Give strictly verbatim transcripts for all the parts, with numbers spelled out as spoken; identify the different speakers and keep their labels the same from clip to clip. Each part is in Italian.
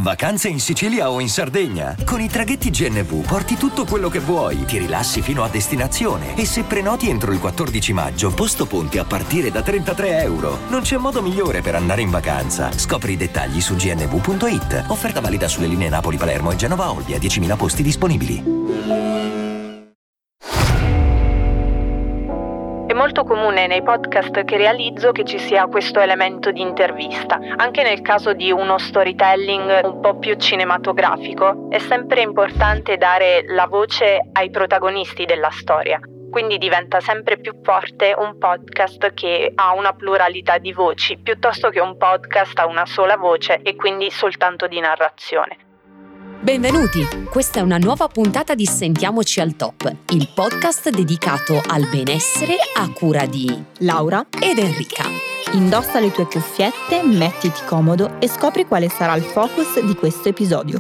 Speaker 1: Vacanze in Sicilia o in Sardegna? Con i traghetti G N V porti tutto quello che vuoi, ti rilassi fino a destinazione e se prenoti entro il quattordici maggio, posto ponti a partire da trentatré euro. Non c'è modo migliore per andare in vacanza. Scopri i dettagli su g n v punto i t. Offerta valida sulle linee Napoli-Palermo e Genova-Olbia, diecimila posti disponibili.
Speaker 2: È molto comune nei podcast che realizzo che ci sia questo elemento di intervista. Anche nel caso di uno storytelling un po' più cinematografico, è sempre importante dare la voce ai protagonisti della storia. Quindi diventa sempre più forte un podcast che ha una pluralità di voci, piuttosto che un podcast a una sola voce e quindi soltanto di narrazione.
Speaker 3: Benvenuti! Questa è una nuova puntata di Sentiamoci al Top, il podcast dedicato al benessere a cura di Laura ed Enrica.
Speaker 4: Indossa le tue cuffiette, mettiti comodo e scopri quale sarà il focus di questo episodio.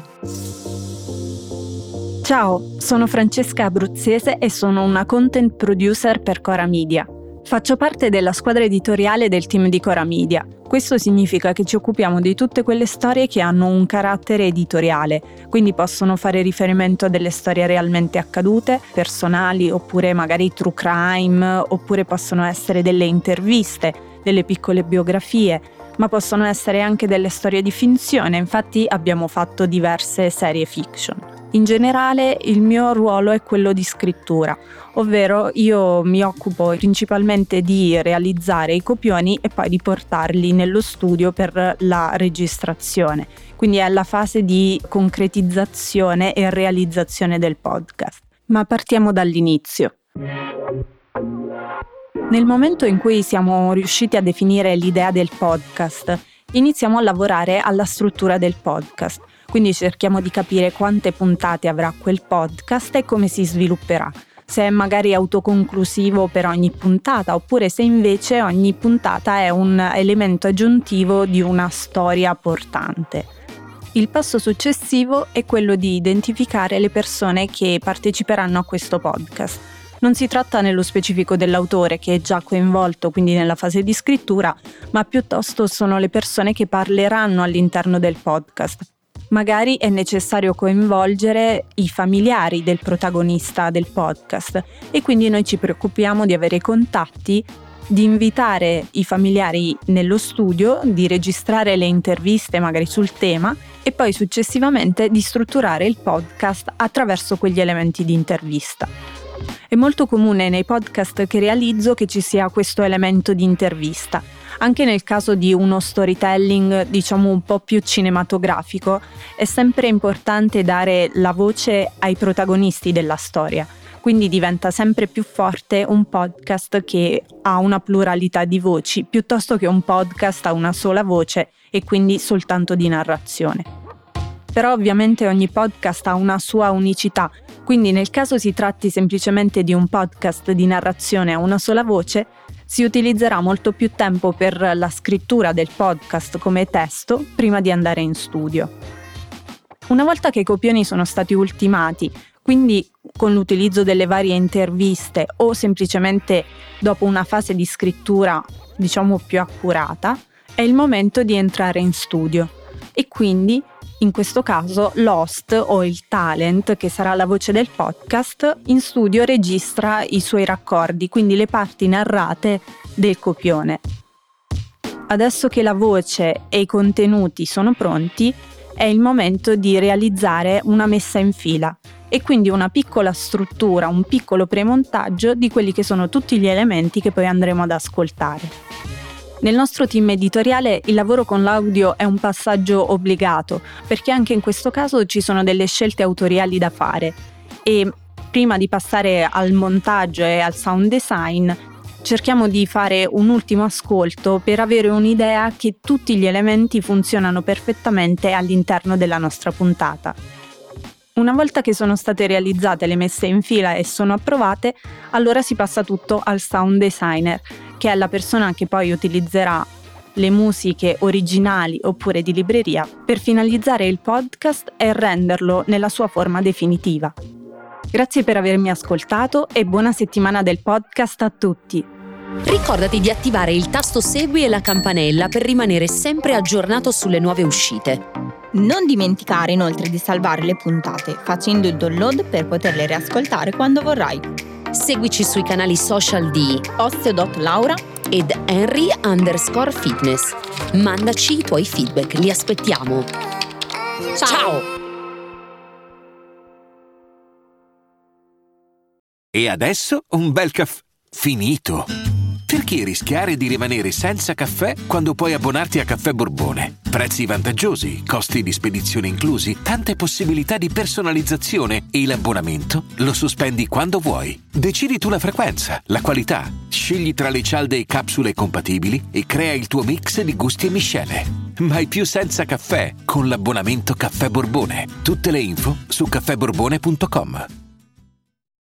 Speaker 5: Ciao, sono Francesca Abruzzese e sono una content producer per Cora Media. Faccio parte della squadra editoriale del team di Cora Media. Questo significa che ci occupiamo di tutte quelle storie che hanno un carattere editoriale, quindi possono fare riferimento a delle storie realmente accadute, personali, oppure magari true crime, oppure possono essere delle interviste, delle piccole biografie, ma possono essere anche delle storie di finzione, infatti abbiamo fatto diverse serie fiction. In generale il mio ruolo è quello di scrittura, ovvero io mi occupo principalmente di realizzare i copioni e poi di portarli nello studio per la registrazione, quindi è la fase di concretizzazione e realizzazione del podcast. Ma partiamo dall'inizio. Nel momento in cui siamo riusciti a definire l'idea del podcast, iniziamo a lavorare alla struttura del podcast. Quindi cerchiamo di capire quante puntate avrà quel podcast e come si svilupperà, se è magari autoconclusivo per ogni puntata oppure se invece ogni puntata è un elemento aggiuntivo di una storia portante. Il passo successivo è quello di identificare le persone che parteciperanno a questo podcast. Non si tratta nello specifico dell'autore che è già coinvolto, quindi nella fase di scrittura, ma piuttosto sono le persone che parleranno all'interno del podcast. Magari è necessario coinvolgere i familiari del protagonista del podcast e quindi noi ci preoccupiamo di avere contatti, di invitare i familiari nello studio, di registrare le interviste magari sul tema e poi successivamente di strutturare il podcast attraverso quegli elementi di intervista. È molto comune nei podcast che realizzo che ci sia questo elemento di intervista. Anche nel caso di uno storytelling, diciamo un po' più cinematografico, è sempre importante dare la voce ai protagonisti della storia. Quindi diventa sempre più forte un podcast che ha una pluralità di voci, piuttosto che un podcast a una sola voce e quindi soltanto di narrazione. Però ovviamente ogni podcast ha una sua unicità, quindi nel caso si tratti semplicemente di un podcast di narrazione a una sola voce, si utilizzerà molto più tempo per la scrittura del podcast come testo prima di andare in studio. Una volta che i copioni sono stati ultimati, quindi con l'utilizzo delle varie interviste o semplicemente dopo una fase di scrittura diciamo più accurata, è il momento di entrare in studio e quindi in questo caso l'host o il talent, che sarà la voce del podcast, in studio registra i suoi raccordi, quindi le parti narrate del copione. Adesso che la voce e i contenuti sono pronti, è il momento di realizzare una messa in fila e quindi una piccola struttura, un piccolo premontaggio di quelli che sono tutti gli elementi che poi andremo ad ascoltare. Nel nostro team editoriale il lavoro con l'audio è un passaggio obbligato, perché anche in questo caso ci sono delle scelte autoriali da fare e prima di passare al montaggio e al sound design cerchiamo di fare un ultimo ascolto per avere un'idea che tutti gli elementi funzionano perfettamente all'interno della nostra puntata. Una volta che sono state realizzate le messe in fila e sono approvate, allora si passa tutto al sound designer, che è la persona che poi utilizzerà le musiche originali oppure di libreria per finalizzare il podcast e renderlo nella sua forma definitiva. Grazie per avermi ascoltato e buona settimana del podcast a tutti.
Speaker 3: Ricordati di attivare il tasto segui e la campanella per rimanere sempre aggiornato sulle nuove uscite.
Speaker 4: Non dimenticare inoltre di salvare le puntate facendo il download per poterle riascoltare quando vorrai.
Speaker 3: Seguici sui canali social di
Speaker 4: Osteo.Laura
Speaker 3: ed Henry underscore fitness. Mandaci i tuoi feedback, li aspettiamo.
Speaker 4: Ciao! Ciao.
Speaker 6: E adesso un bel caffè finito. Perché rischiare di rimanere senza caffè quando puoi abbonarti a Caffè Borbone? Prezzi vantaggiosi, costi di spedizione inclusi, tante possibilità di personalizzazione e l'abbonamento lo sospendi quando vuoi. Decidi tu la frequenza, la qualità, scegli tra le cialde e capsule compatibili e crea il tuo mix di gusti e miscele. Mai più senza caffè con l'abbonamento Caffè Borbone. Tutte le info su caffè borbone punto com.